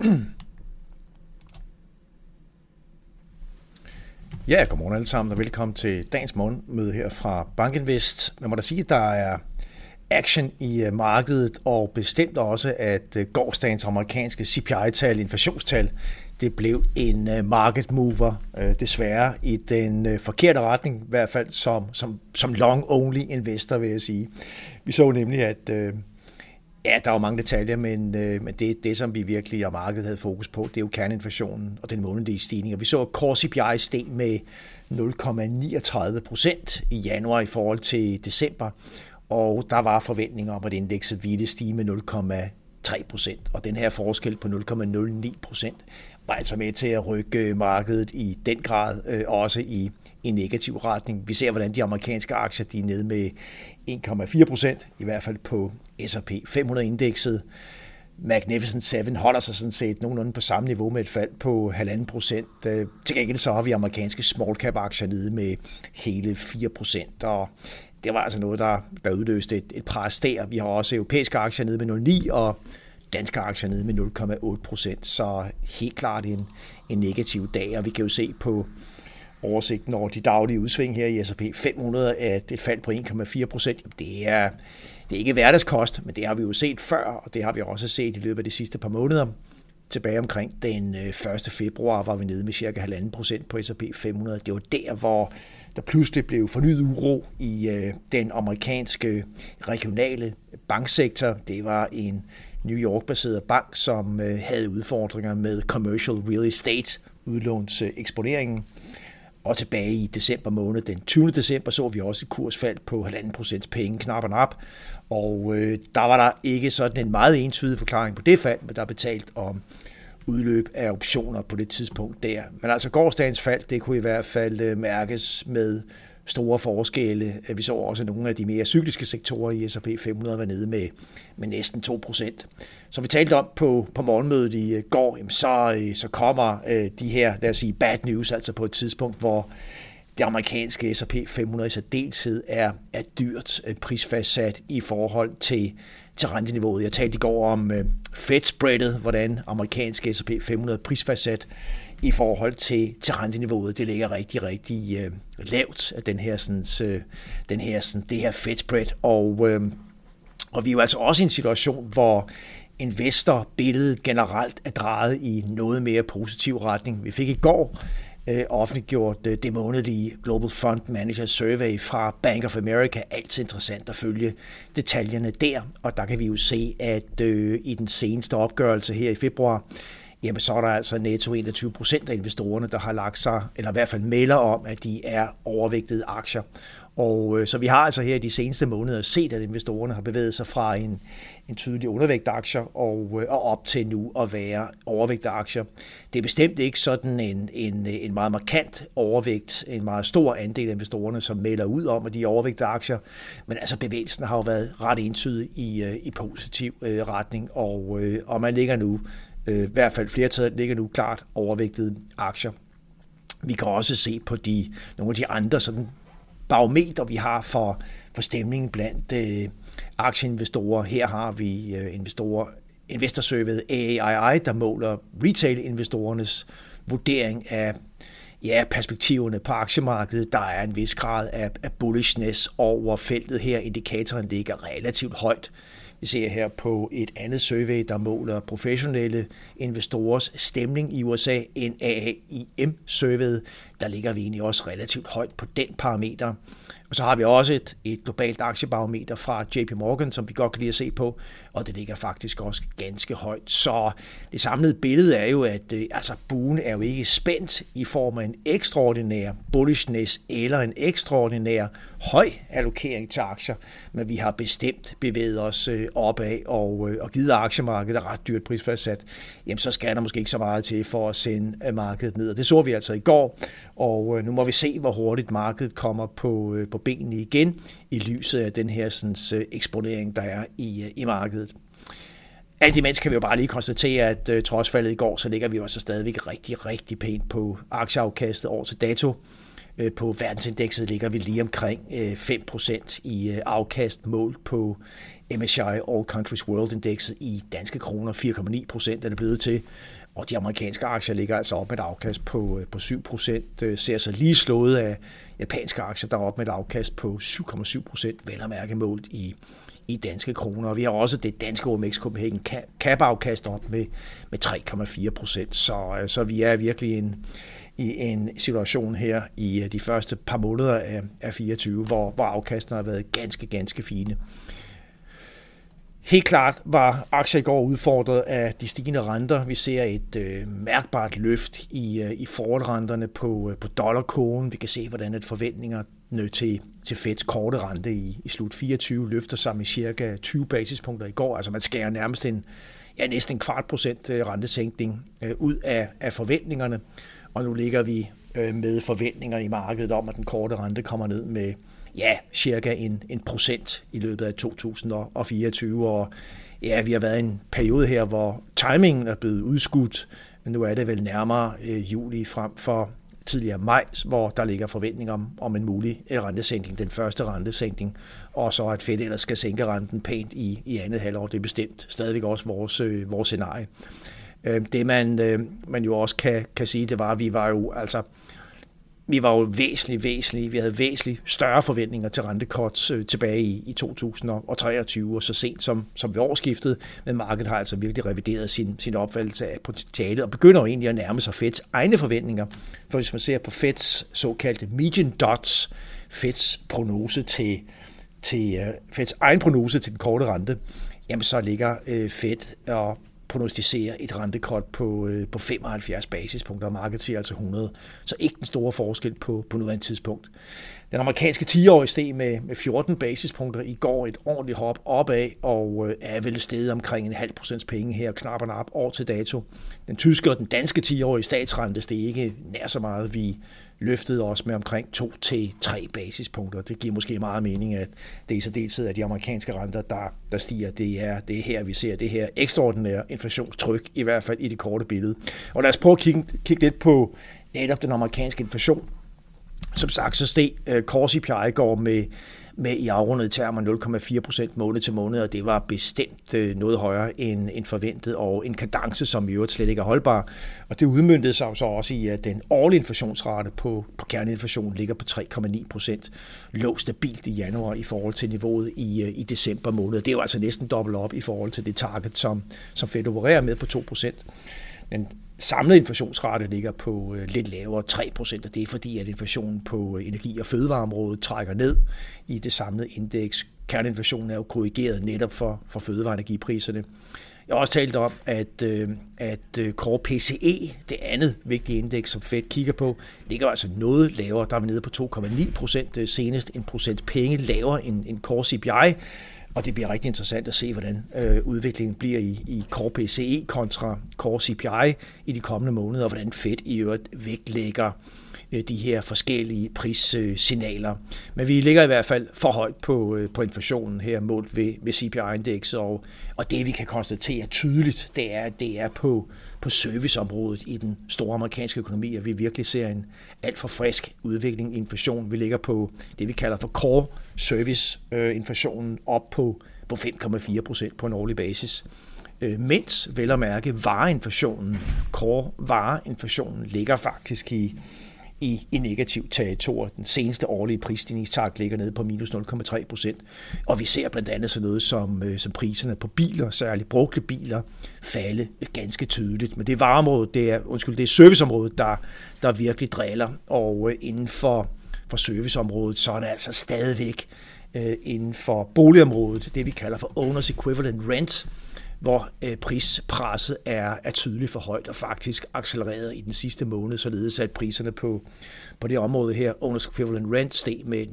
Ja, godmorgen alle sammen, og velkommen til dagens morgenmøde her fra BankInvest. Jeg må da sige, at der er action i markedet, og bestemt også, at gårsdagens amerikanske CPI-tal, inflationstal, det blev en market mover, desværre i den forkerte retning, i hvert fald som long-only investor, vil jeg sige. Vi så nemlig, at der var mange detaljer, men det, som vi virkelig og markedet havde fokus på, det er jo kerneinflationen og den månedlige stigning. Og vi så, at core CPI steg med 0,39% i januar i forhold til december, og der var forventninger om, at indekset ville stige med 0,3%, og den her forskel på 0,09% var altså med til at rykke markedet i den grad også i negativ retning. Vi ser, hvordan de amerikanske aktier de er nede med 1,4%, i hvert fald på S&P 500-indekset. Magnificent 7 holder sig sådan set nogenlunde på samme niveau med et fald på 1,5%. Til gengæld så har vi amerikanske small cap aktier nede med hele 4%, og det var altså noget, der udløste et pres der. Vi har også europæiske aktier nede med 0,9% og danske aktier nede med 0,8%, så helt klart en negativ dag, og vi kan jo se på oversigten over de daglige udsving her i S&P 500, at et fald på 1,4%, det er ikke hverdagskost, men det har vi jo set før, og det har vi også set i løbet af de sidste par måneder. Tilbage omkring den 1. februar var vi nede med cirka 1,5% på S&P 500. Det var der, hvor der pludselig blev fornyet uro i den amerikanske regionale banksektor. Det var en New York-baseret bank, som havde udfordringer med commercial real estate udlånseksponeringen. Og tilbage i december måned, den 20. december, så vi også et kursfald på 1,5% penge, knap og nap. Og der var der ikke sådan en meget entydig forklaring på det fald, men der er betalt om udløb af optioner på det tidspunkt der. Men altså gårsdagens fald, det kunne i hvert fald mærkes med store forskelle. Vi så også nogle af de mere cykliske sektorer i S&P 500 var nede med næsten 2%. Som vi talte om på morgenmødet i går, så kommer de her, lad os sige, bad news, altså på et tidspunkt, hvor det amerikanske S&P 500 i særdeleshed er dyrt prisfastsat i forhold til renteniveauet. Jeg talte i går om Fed-spreadet, hvordan amerikanske S&P 500 prisfastsat i forhold til renteniveauet. Det ligger rigtig, rigtig lavt af det her Fed-spread. Og vi er jo altså også i en situation, hvor investorbilledet generelt er drejet i noget mere positiv retning. Vi fik i går offentliggjort det månedlige Global Fund Manager Survey fra Bank of America. Altid interessant at følge detaljerne der, og der kan vi jo se, at i den seneste opgørelse her i februar, jamen så er der altså netto 21% af investorerne, der har lagt sig, eller i hvert fald melder om, at de er overvægtede aktier. Og så vi har altså her i de seneste måneder set, at investorerne har bevæget sig fra en tydelig undervægt aktier og op til nu at være overvægtede aktier. Det er bestemt ikke sådan en meget markant overvægt, en meget stor andel af investorerne, som melder ud om, at de er overvægtede aktier. Men altså bevægelsen har jo været ret entydig i positiv retning, og man ligger nu, i hvert fald flertallet ligger nu klart overvægtede aktier. Vi kan også se på nogle af de andre sådan barometer, vi har for stemningen blandt aktieinvestorer. Her har vi investorsurveyet AAII, der måler retail-investorernes vurdering af perspektiverne på aktiemarkedet. Der er en vis grad af bullishness over feltet her. Indikatoren ligger relativt højt. Vi ser her på et andet survey, der måler professionelle investorers stemning i USA, NAIM-surveyet. Der ligger vi egentlig også relativt højt på den parameter. Og så har vi også et globalt aktiebarometer fra JP Morgan, som vi godt kan lide at se på, og det ligger faktisk også ganske højt. Så det samlede billede er jo, at buen er jo ikke spændt i form af en ekstraordinær bullishness eller en ekstraordinær høj allokering til aktier, men vi har bestemt bevæget os opad og givet aktiemarkedet er ret dyrt prisfastsat, jamen så skal der måske ikke så meget til for at sende markedet ned. Og det så vi altså i går, og nu må vi se, hvor hurtigt markedet kommer på benene igen i lyset af den her eksponering, der er i markedet. Alt imens kan vi jo bare lige konstatere, at trods faldet i går, så ligger vi jo altså stadigvæk rigtig, rigtig pænt på aktieafkastet år til dato. På verdensindekset ligger vi lige omkring 5% i afkast målt på MSCI All Countries World Indexet i danske kroner. 4,9% er det blevet til. Og de amerikanske aktier ligger altså op med et afkast på 7%. Ser så lige slået af japanske aktier, der er op med et afkast på 7,7%, vel at mærke målt i danske kroner. Og vi har også det danske OMX Copenhagen Cap-afkast op med 3,4%. Så vi er virkelig i en situation her i de første par måneder af 24, hvor afkastene har været ganske fine. Helt klart var aktier i går udfordret af de stigende renter. Vi ser et mærkbart løft i forward-renterne på dollarkurven. Vi kan se, hvordan et forventninger til Feds korte rente i slut 24 løfter sig med cirka 20 basispunkter i går. Altså man skærer nærmest næsten 0,25% rentesænkning ud af forventningerne. Og nu ligger vi med forventninger i markedet om, at den korte rente kommer ned med cirka 1% i løbet af 2024, og vi har været i en periode her, hvor timingen er blevet udskudt, men nu er det vel nærmere juli frem for tidligere maj, hvor der ligger forventninger om en mulig rentesænkning, den første rentesænkning, og så at Fed ellers skal sænke renten pænt i andet halvår. Det er bestemt stadigvæk også vores scenarie. Det man jo også kan sige, det var, at vi var jo væsentligt, vi havde væsentligt større forventninger til rentecuts tilbage i 2023, og så sent som ved årsskiftet, men markedet har altså virkelig revideret sin opfattelse af potentialet, og begynder jo egentlig at nærme sig Feds egne forventninger. For hvis man ser på Feds såkaldte median dots, Feds prognose til Feds egen prognose til den korte rente, jamen så ligger Fed og prognostiserer et rentecut på 75 basispunkter, og markedet siger altså 100. Så ikke den store forskel på nuværende tidspunkt. Den amerikanske 10-årige steg med 14 basispunkter i går, et ordentligt hop opad, og er vel steget omkring 0,5% penge her, knapperne op år til dato. Den tyske og den danske 10-årige statsrente steg ikke nær så meget. Vi løftede os med omkring 2-3 basispunkter. Det giver måske meget mening, at det i særdeleshed af de amerikanske renter, der stiger. Det er her, vi ser det her ekstraordinære inflationstryk, i hvert fald i det korte billede. Og lad os prøve at kigge lidt på netop den amerikanske inflation. Som sagt, så steg Core CPI går med i afrundede termer 0,4% måned til måned, og det var bestemt noget højere end forventet, og en kadence, som i øvrigt slet ikke er holdbar. Og det udmøntede sig så også i, at den årlige inflationsrate på kerneinflationen ligger på 3,9%, lå stabilt i januar i forhold til niveauet i december måned. Det er jo altså næsten dobbelt op i forhold til det target, som Fed opererer med på 2%. Den samlede inflationsrate ligger på lidt lavere 3%, og det er fordi, at inflationen på energi- og fødevareområdet trækker ned i det samlede indeks. Kerneinflationen er jo korrigeret netop for fødevare- og energipriserne. Jeg har også talt om, at Core PCE, det andet vigtige indeks, som Fed kigger på, ligger altså noget lavere. Der er vi nede på 2,9%, senest en procent penge lavere end Core CPI. Og det bliver rigtig interessant at se, hvordan udviklingen bliver i Core PCE kontra Core CPI i de kommende måneder, og hvordan Fed i øvrigt vægtlægger de her forskellige prissignaler. Men vi ligger i hvert fald for højt på inflationen her målt ved CPI-indeks, og det vi kan konstatere tydeligt, det er på serviceområdet i den store amerikanske økonomi, at vi virkelig ser en alt for frisk udvikling i inflation. Vi ligger på det, vi kalder for core service-inflationen op på 5,4% på en årlig basis. Mens vel at mærke vareinflationen, core vareinflationen, ligger faktisk i negativ territorium. Den seneste årlige prisstigningstakt ligger nede på minus 0,3%, og vi ser blandt andet sådan noget som priserne på biler, særligt brugte biler, falde ganske tydeligt. Men det er vareområdet, det er serviceområdet, der virkelig driller, og inden for serviceområdet, så er det altså stadigvæk inden for boligområdet, det vi kalder for owners equivalent rent, hvor prispresset er tydeligt for højt og faktisk accelereret i den sidste måned, således at priserne på det område her, owners equivalent rent, steg med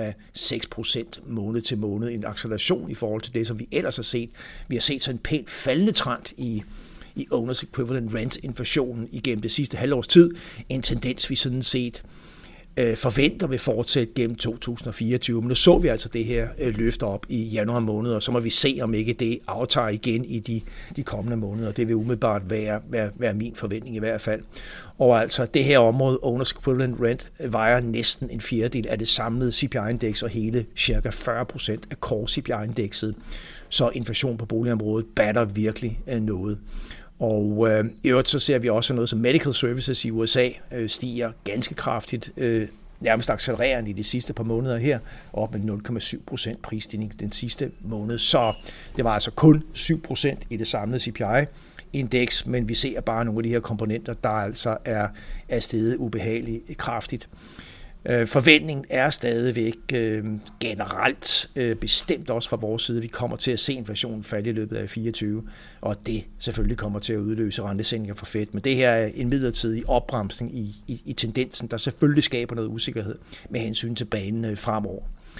0,6% måned til måned, en acceleration i forhold til det, som vi ellers har set. Vi har set sådan en pænt faldende trend i owners equivalent rent inflationen igennem det sidste halvårs tid, en tendens vi sådan set forventer vil fortsætte gennem 2024. Men nu så vi altså det her løfte op i januar måned, og så må vi se, om ikke det aftager igen i de kommende måneder. Det vil umiddelbart være min forventning i hvert fald. Og altså det her område, Owners Equivalent Rent, vejer næsten en fjerdedel af det samlede CPI-indeks og hele cirka 40% af core CPI-indekset. Så inflation på boligområdet batter virkelig noget. Og i øvrigt så ser vi også noget som medical services i USA stiger ganske kraftigt, nærmest accelererende i de sidste par måneder her, op med 0,7% prisstigning den sidste måned. Så det var altså kun 7% i det samlede CPI-indeks, men vi ser bare nogle af de her komponenter, der altså er steget ubehageligt kraftigt. Forventningen er stadigvæk generelt bestemt også fra vores side. Vi kommer til at se inflationen falde i løbet af 2024, og det selvfølgelig kommer til at udløse rentesænkninger for Fed. Men det her er en midlertidig opbremsning i tendensen, der selvfølgelig skaber noget usikkerhed med hensyn til banen fremover.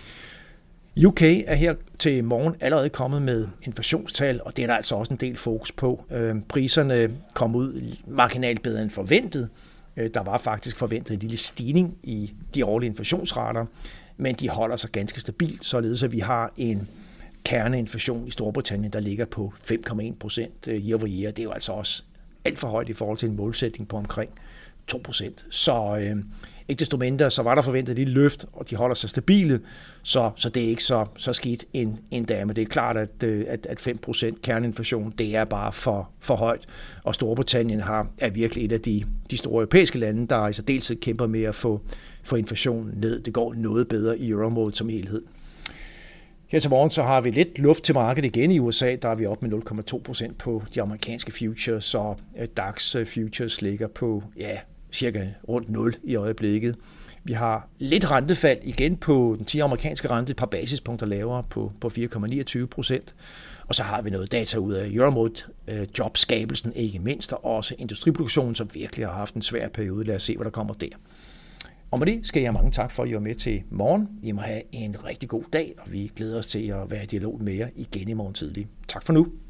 UK er her til morgen allerede kommet med inflationstal, og det er der altså også en del fokus på. Priserne kom ud marginalt bedre end forventet. Der var faktisk forventet en lille stigning i de årlige inflationsrater, men de holder sig ganske stabilt, således at vi har en kerneinflation i Storbritannien, der ligger på 5,1% year over year. Det er jo altså også alt for højt i forhold til en målsætning på omkring 2%. Så ikke desto mindre, så var der forventet et lille løft, og de holder sig stabile, så det er ikke så skidt en dag. Men det er klart, at 5% kerneinflation, det er bare for højt. Og Storbritannien er virkelig et af de store europæiske lande, der i særdeleshed kæmper med at få inflationen ned. Det går noget bedre i euroområdet som helhed. Her til morgen så har vi lidt luft til markedet igen i USA. Der er vi op med 0,2% på de amerikanske futures, så DAX futures ligger på cirka rundt 0 i øjeblikket. Vi har lidt rentefald igen på den 10 amerikanske rente, et par basispunkter lavere på 4,29%. Og så har vi noget data ud af euroområdet, jobskabelsen ikke mindst, og også industriproduktionen, som virkelig har haft en svær periode. Lad os se, hvad der kommer der. Og med det skal jeg have mange tak for, at I var med til morgen. I må have en rigtig god dag, og vi glæder os til at være i dialog med jer igen i morgen tidlig. Tak for nu.